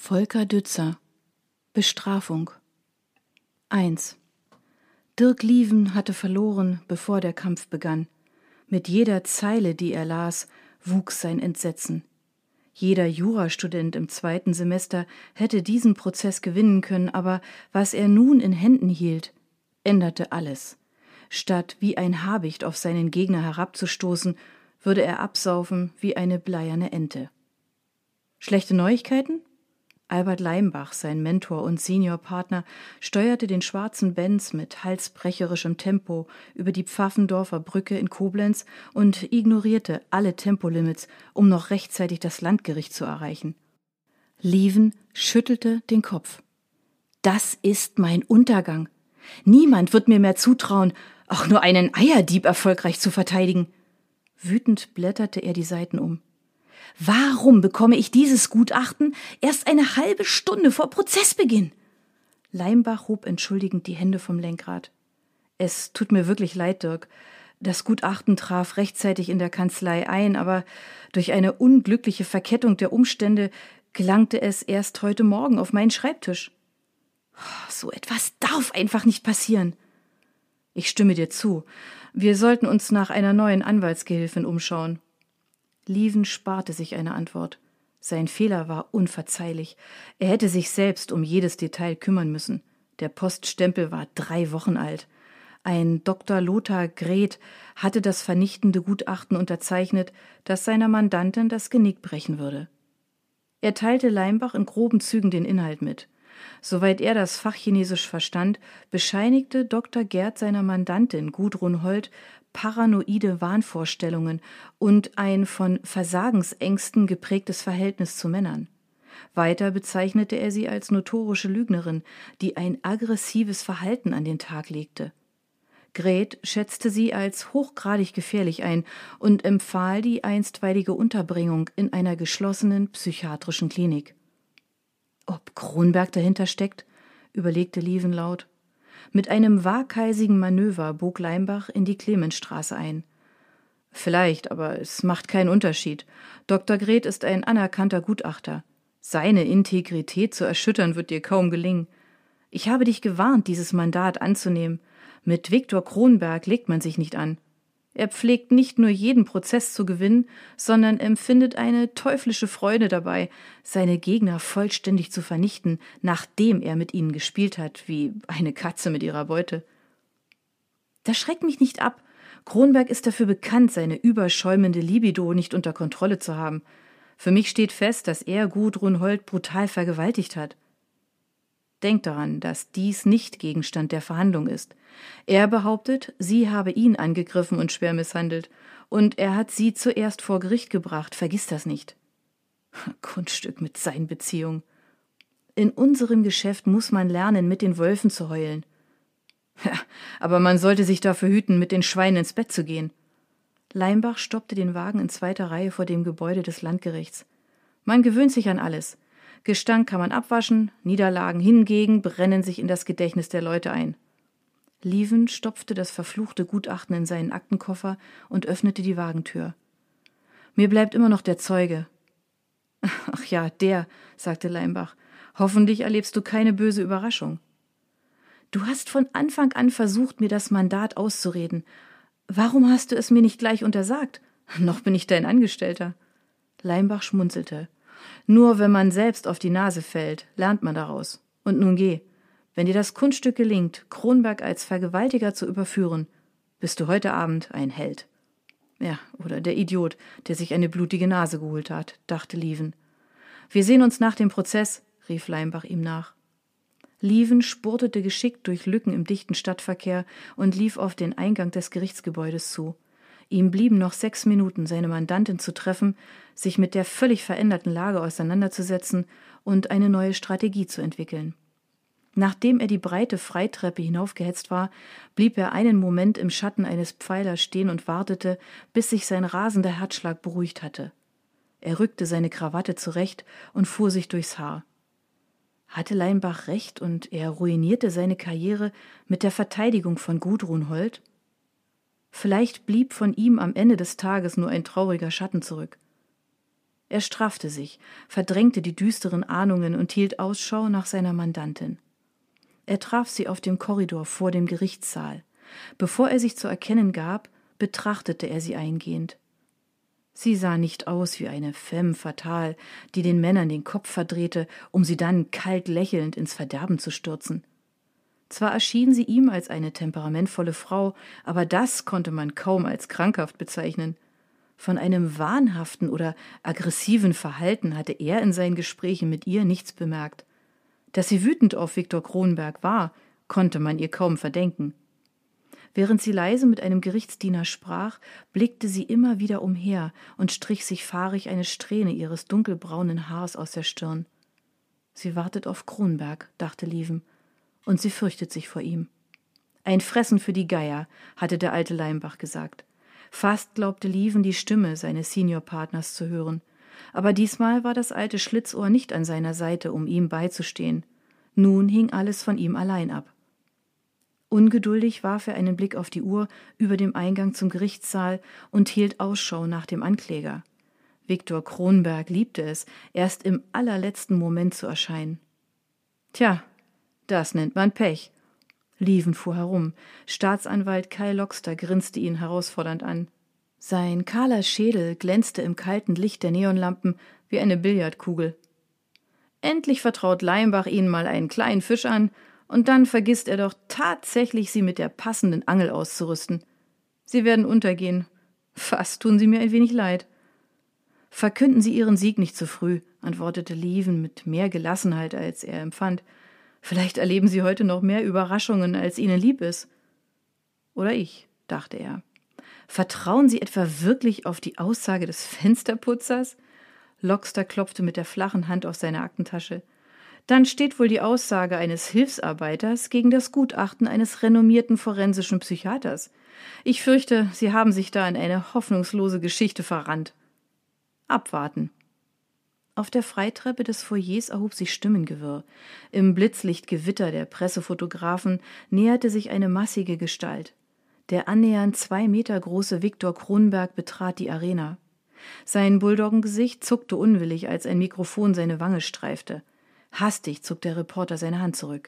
Volker Dützer. Bestrafung. 1. Dirk Lieven hatte verloren, bevor der Kampf begann. Mit jeder Zeile, die er las, wuchs sein Entsetzen. Jeder Jurastudent im 2. Semester hätte diesen Prozess gewinnen können, aber was er nun in Händen hielt, änderte alles. Statt wie ein Habicht auf seinen Gegner herabzustoßen, würde er absaufen wie eine bleierne Ente. Schlechte Neuigkeiten? Albert Leimbach, sein Mentor und Seniorpartner, steuerte den schwarzen Benz mit halsbrecherischem Tempo über die Pfaffendorfer Brücke in Koblenz und ignorierte alle Tempolimits, um noch rechtzeitig das Landgericht zu erreichen. Lieven schüttelte den Kopf. Das ist mein Untergang. Niemand wird mir mehr zutrauen, auch nur einen Eierdieb erfolgreich zu verteidigen. Wütend blätterte er die Seiten um. Warum bekomme ich dieses Gutachten erst eine halbe Stunde vor Prozessbeginn? Leimbach hob entschuldigend die Hände vom Lenkrad. Es tut mir wirklich leid, Dirk. Das Gutachten traf rechtzeitig in der Kanzlei ein, aber durch eine unglückliche Verkettung der Umstände gelangte es erst heute Morgen auf meinen Schreibtisch. So etwas darf einfach nicht passieren. Ich stimme dir zu. Wir sollten uns nach einer neuen Anwaltsgehilfin umschauen. Lieven sparte sich eine Antwort. Sein Fehler war unverzeihlich. Er hätte sich selbst um jedes Detail kümmern müssen. Der Poststempel war 3 Wochen alt. Ein Dr. Lothar Greth hatte das vernichtende Gutachten unterzeichnet, das seiner Mandantin das Genick brechen würde. Er teilte Leimbach in groben Zügen den Inhalt mit. Soweit er das Fachchinesisch verstand, bescheinigte Dr. Gerd seiner Mandantin Gudrun Holt paranoide Wahnvorstellungen und ein von Versagensängsten geprägtes Verhältnis zu Männern. Weiter bezeichnete er sie als notorische Lügnerin, die ein aggressives Verhalten an den Tag legte. Greth schätzte sie als hochgradig gefährlich ein und empfahl die einstweilige Unterbringung in einer geschlossenen psychiatrischen Klinik. Ob Kronberg dahinter steckt, überlegte Lieven laut. Mit einem waghalsigen Manöver bog Leimbach in die Clemensstraße ein. Vielleicht, aber es macht keinen Unterschied. Dr. Greth ist ein anerkannter Gutachter. Seine Integrität zu erschüttern wird dir kaum gelingen. Ich habe dich gewarnt, dieses Mandat anzunehmen. Mit Viktor Kronberg legt man sich nicht an. Er pflegt nicht nur jeden Prozess zu gewinnen, sondern empfindet eine teuflische Freude dabei, seine Gegner vollständig zu vernichten, nachdem er mit ihnen gespielt hat, wie eine Katze mit ihrer Beute. Das schreckt mich nicht ab. Kronberg ist dafür bekannt, seine überschäumende Libido nicht unter Kontrolle zu haben. Für mich steht fest, dass er Gudrun Holt brutal vergewaltigt hat. Denk daran, dass dies nicht Gegenstand der Verhandlung ist. Er behauptet, sie habe ihn angegriffen und schwer misshandelt. Und er hat sie zuerst vor Gericht gebracht. Vergiss das nicht. Kunststück mit seinen Beziehungen. In unserem Geschäft muss man lernen, mit den Wölfen zu heulen. Ja, aber man sollte sich dafür hüten, mit den Schweinen ins Bett zu gehen. Leimbach stoppte den Wagen in 2. Reihe vor dem Gebäude des Landgerichts. Man gewöhnt sich an alles. Gestank kann man abwaschen, Niederlagen hingegen brennen sich in das Gedächtnis der Leute ein. Lieven stopfte das verfluchte Gutachten in seinen Aktenkoffer und öffnete die Wagentür. Mir bleibt immer noch der Zeuge. Ach ja, der, sagte Leimbach. Hoffentlich erlebst du keine böse Überraschung. Du hast von Anfang an versucht, mir das Mandat auszureden. Warum hast du es mir nicht gleich untersagt? Noch bin ich dein Angestellter. Leimbach schmunzelte. Nur wenn man selbst auf die Nase fällt, lernt man daraus. Und nun geh. Wenn dir das Kunststück gelingt, Kronberg als Vergewaltiger zu überführen, bist du heute Abend ein Held. Ja, oder der Idiot, der sich eine blutige Nase geholt hat, dachte Lieven. Wir sehen uns nach dem Prozess, rief Leimbach ihm nach. Lieven spurtete geschickt durch Lücken im dichten Stadtverkehr und lief auf den Eingang des Gerichtsgebäudes zu. Ihm blieben noch 6 Minuten, seine Mandantin zu treffen, sich mit der völlig veränderten Lage auseinanderzusetzen und eine neue Strategie zu entwickeln. Nachdem er die breite Freitreppe hinaufgehetzt war, blieb er einen Moment im Schatten eines Pfeilers stehen und wartete, bis sich sein rasender Herzschlag beruhigt hatte. Er rückte seine Krawatte zurecht und fuhr sich durchs Haar. Hatte Leimbach recht und er ruinierte seine Karriere mit der Verteidigung von Gudrun Holt? Vielleicht blieb von ihm am Ende des Tages nur ein trauriger Schatten zurück. Er straffte sich, verdrängte die düsteren Ahnungen und hielt Ausschau nach seiner Mandantin. Er traf sie auf dem Korridor vor dem Gerichtssaal. Bevor er sich zu erkennen gab, betrachtete er sie eingehend. Sie sah nicht aus wie eine femme fatale, die den Männern den Kopf verdrehte, um sie dann kalt lächelnd ins Verderben zu stürzen. Zwar erschien sie ihm als eine temperamentvolle Frau, aber das konnte man kaum als krankhaft bezeichnen. Von einem wahnhaften oder aggressiven Verhalten hatte er in seinen Gesprächen mit ihr nichts bemerkt. Dass sie wütend auf Viktor Kronberg war, konnte man ihr kaum verdenken. Während sie leise mit einem Gerichtsdiener sprach, blickte sie immer wieder umher und strich sich fahrig eine Strähne ihres dunkelbraunen Haars aus der Stirn. Sie wartet auf Kronberg, dachte Lieven, und sie fürchtet sich vor ihm. Ein Fressen für die Geier, hatte der alte Leimbach gesagt. Fast glaubte Lieven die Stimme seines Seniorpartners zu hören. Aber diesmal war das alte Schlitzohr nicht an seiner Seite, um ihm beizustehen. Nun hing alles von ihm allein ab. Ungeduldig warf er einen Blick auf die Uhr über dem Eingang zum Gerichtssaal und hielt Ausschau nach dem Ankläger. Viktor Kronberg liebte es, erst im allerletzten Moment zu erscheinen. Tja, das nennt man Pech. Lieven fuhr herum. Staatsanwalt Kai Loxter grinste ihn herausfordernd an. Sein kahler Schädel glänzte im kalten Licht der Neonlampen wie eine Billardkugel. Endlich vertraut Leimbach Ihnen mal einen kleinen Fisch an, und dann vergisst er doch tatsächlich, Sie mit der passenden Angel auszurüsten. Sie werden untergehen. Fast tun Sie mir ein wenig leid. Verkünden Sie Ihren Sieg nicht zu früh, antwortete Lieven mit mehr Gelassenheit, als er empfand. Vielleicht erleben Sie heute noch mehr Überraschungen, als Ihnen lieb ist. Oder ich, dachte er. Vertrauen Sie etwa wirklich auf die Aussage des Fensterputzers? Loxter klopfte mit der flachen Hand auf seine Aktentasche. Dann steht wohl die Aussage eines Hilfsarbeiters gegen das Gutachten eines renommierten forensischen Psychiaters. Ich fürchte, Sie haben sich da in eine hoffnungslose Geschichte verrannt. Abwarten. Auf der Freitreppe des Foyers erhob sich Stimmengewirr. Im Blitzlichtgewitter der Pressefotografen näherte sich eine massige Gestalt. Der annähernd 2 Meter große Viktor Kronberg betrat die Arena. Sein Bulldoggengesicht zuckte unwillig, als ein Mikrofon seine Wange streifte. Hastig zog der Reporter seine Hand zurück.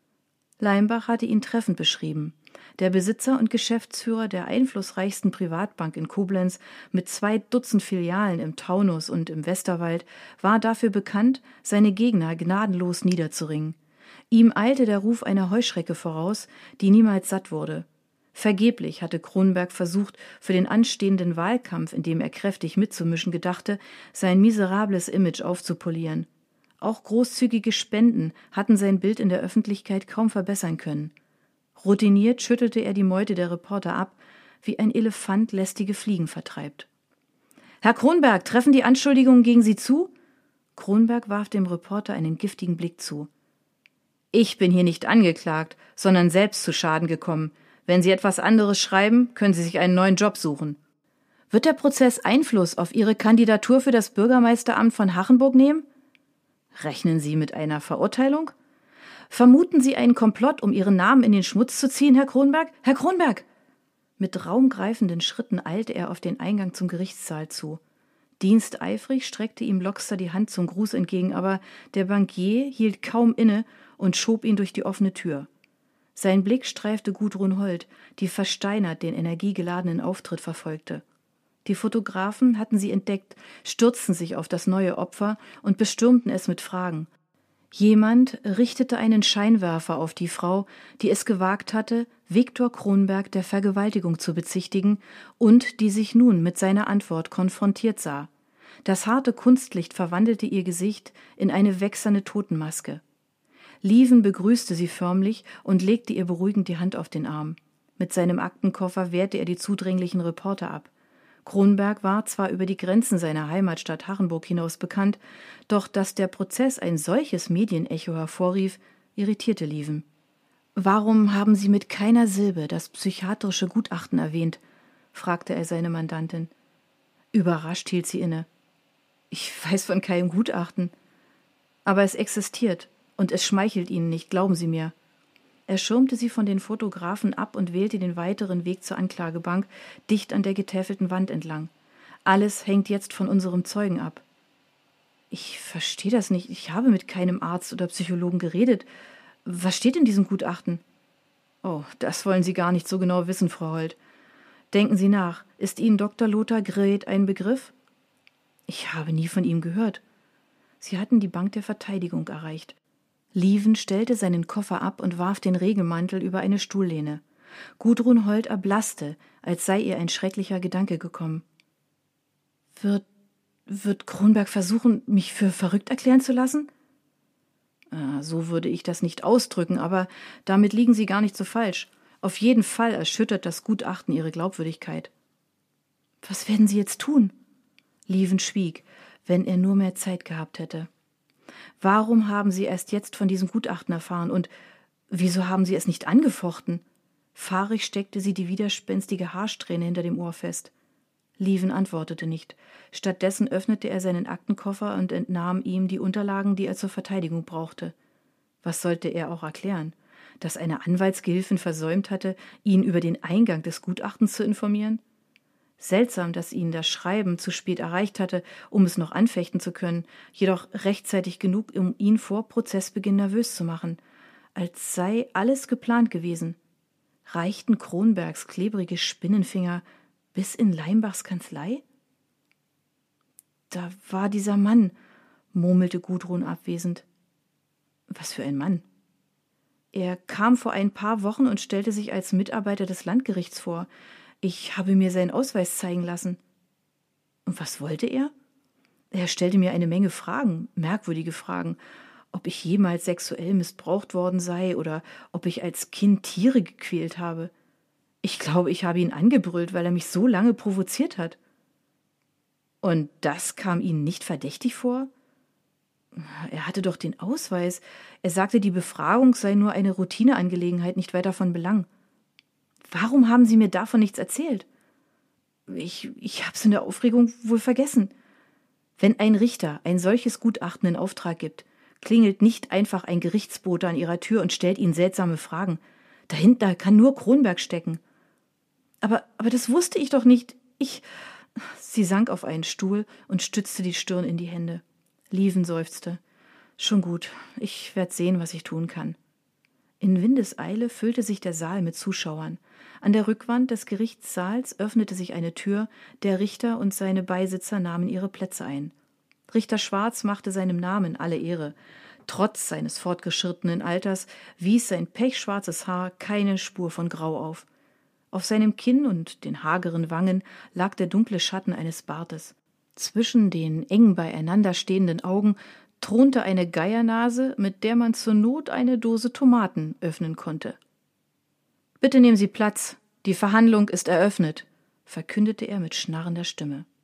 Leimbach hatte ihn treffend beschrieben. Der Besitzer und Geschäftsführer der einflussreichsten Privatbank in Koblenz mit 2 Dutzend Filialen im Taunus und im Westerwald war dafür bekannt, seine Gegner gnadenlos niederzuringen. Ihm eilte der Ruf einer Heuschrecke voraus, die niemals satt wurde. Vergeblich hatte Kronberg versucht, für den anstehenden Wahlkampf, in dem er kräftig mitzumischen gedachte, sein miserables Image aufzupolieren. Auch großzügige Spenden hatten sein Bild in der Öffentlichkeit kaum verbessern können. Routiniert schüttelte er die Meute der Reporter ab, wie ein Elefant lästige Fliegen vertreibt. »Herr Kronberg, treffen die Anschuldigungen gegen Sie zu?« Kronberg warf dem Reporter einen giftigen Blick zu. »Ich bin hier nicht angeklagt, sondern selbst zu Schaden gekommen. Wenn Sie etwas anderes schreiben, können Sie sich einen neuen Job suchen.« »Wird der Prozess Einfluss auf Ihre Kandidatur für das Bürgermeisteramt von Hachenburg nehmen?« »Rechnen Sie mit einer Verurteilung?« »Vermuten Sie einen Komplott, um Ihren Namen in den Schmutz zu ziehen, Herr Kronberg? Herr Kronberg!« Mit raumgreifenden Schritten eilte er auf den Eingang zum Gerichtssaal zu. Diensteifrig streckte ihm Loxter die Hand zum Gruß entgegen, aber der Bankier hielt kaum inne und schob ihn durch die offene Tür. Sein Blick streifte Gudrun Holt, die versteinert den energiegeladenen Auftritt verfolgte. Die Fotografen hatten sie entdeckt, stürzten sich auf das neue Opfer und bestürmten es mit Fragen. Jemand richtete einen Scheinwerfer auf die Frau, die es gewagt hatte, Viktor Kronberg der Vergewaltigung zu bezichtigen und die sich nun mit seiner Antwort konfrontiert sah. Das harte Kunstlicht verwandelte ihr Gesicht in eine wächserne Totenmaske. Lieven begrüßte sie förmlich und legte ihr beruhigend die Hand auf den Arm. Mit seinem Aktenkoffer wehrte er die zudringlichen Reporter ab. Kronberg war zwar über die Grenzen seiner Heimatstadt Hachenburg hinaus bekannt, doch dass der Prozess ein solches Medienecho hervorrief, irritierte Lieven. »Warum haben Sie mit keiner Silbe das psychiatrische Gutachten erwähnt?« fragte er seine Mandantin. Überrascht hielt sie inne. »Ich weiß von keinem Gutachten. Aber es existiert, und es schmeichelt Ihnen nicht, glauben Sie mir.« Er schirmte sie von den Fotografen ab und wählte den weiteren Weg zur Anklagebank, dicht an der getäfelten Wand entlang. »Alles hängt jetzt von unserem Zeugen ab.« Ich verstehe das nicht. Ich habe mit keinem Arzt oder Psychologen geredet. Was steht in diesem Gutachten? Oh, das wollen Sie gar nicht so genau wissen, Frau Holt. Denken Sie nach. Ist Ihnen Dr. Lothar Greth ein Begriff? Ich habe nie von ihm gehört. Sie hatten die Bank der Verteidigung erreicht. Lieven stellte seinen Koffer ab und warf den Regenmantel über eine Stuhllehne. Gudrun Holt erblaßte, als sei ihr ein schrecklicher Gedanke gekommen. Wird Kronberg versuchen, mich für verrückt erklären zu lassen? So würde ich das nicht ausdrücken, aber damit liegen Sie gar nicht so falsch. Auf jeden Fall erschüttert das Gutachten Ihre Glaubwürdigkeit. Was werden Sie jetzt tun? Lieven schwieg, wenn er nur mehr Zeit gehabt hätte. Warum haben Sie erst jetzt von diesem Gutachten erfahren und wieso haben Sie es nicht angefochten? Fahrig steckte sie die widerspenstige Haarsträhne hinter dem Ohr fest. Lieven antwortete nicht. Stattdessen öffnete er seinen Aktenkoffer und entnahm ihm die Unterlagen, die er zur Verteidigung brauchte. Was sollte er auch erklären? Dass eine Anwaltsgehilfin versäumt hatte, ihn über den Eingang des Gutachtens zu informieren? Seltsam, dass ihn das Schreiben zu spät erreicht hatte, um es noch anfechten zu können, jedoch rechtzeitig genug, um ihn vor Prozessbeginn nervös zu machen, als sei alles geplant gewesen. Reichten Kronbergs klebrige Spinnenfinger bis in Leimbachs Kanzlei? Da war dieser Mann, murmelte Gudrun abwesend. Was für ein Mann? Er kam vor ein paar Wochen und stellte sich als Mitarbeiter des Landgerichts vor. Ich habe mir seinen Ausweis zeigen lassen. Und was wollte er? Er stellte mir eine Menge Fragen, merkwürdige Fragen, ob ich jemals sexuell missbraucht worden sei oder ob ich als Kind Tiere gequält habe. Ich glaube, ich habe ihn angebrüllt, weil er mich so lange provoziert hat. Und das kam Ihnen nicht verdächtig vor? Er hatte doch den Ausweis. Er sagte, die Befragung sei nur eine Routineangelegenheit, nicht weiter von Belang. Warum haben Sie mir davon nichts erzählt? Ich hab's in der Aufregung wohl vergessen. Wenn ein Richter ein solches Gutachten in Auftrag gibt, klingelt nicht einfach ein Gerichtsbote an Ihrer Tür und stellt Ihnen seltsame Fragen. Dahinter kann nur Kronberg stecken. Aber das wusste ich doch nicht. Sie sank auf einen Stuhl und stützte die Stirn in die Hände. Lieven seufzte. Schon gut, ich werde sehen, was ich tun kann. In Windeseile füllte sich der Saal mit Zuschauern. An der Rückwand des Gerichtssaals öffnete sich eine Tür, der Richter und seine Beisitzer nahmen ihre Plätze ein. Richter Schwarz machte seinem Namen alle Ehre. Trotz seines fortgeschrittenen Alters wies sein pechschwarzes Haar keine Spur von Grau auf. Auf seinem Kinn und den hageren Wangen lag der dunkle Schatten eines Bartes. Zwischen den eng beieinander stehenden Augen thronte eine Geiernase, mit der man zur Not eine Dose Tomaten öffnen konnte. »Bitte nehmen Sie Platz, die Verhandlung ist eröffnet«, verkündete er mit schnarrender Stimme.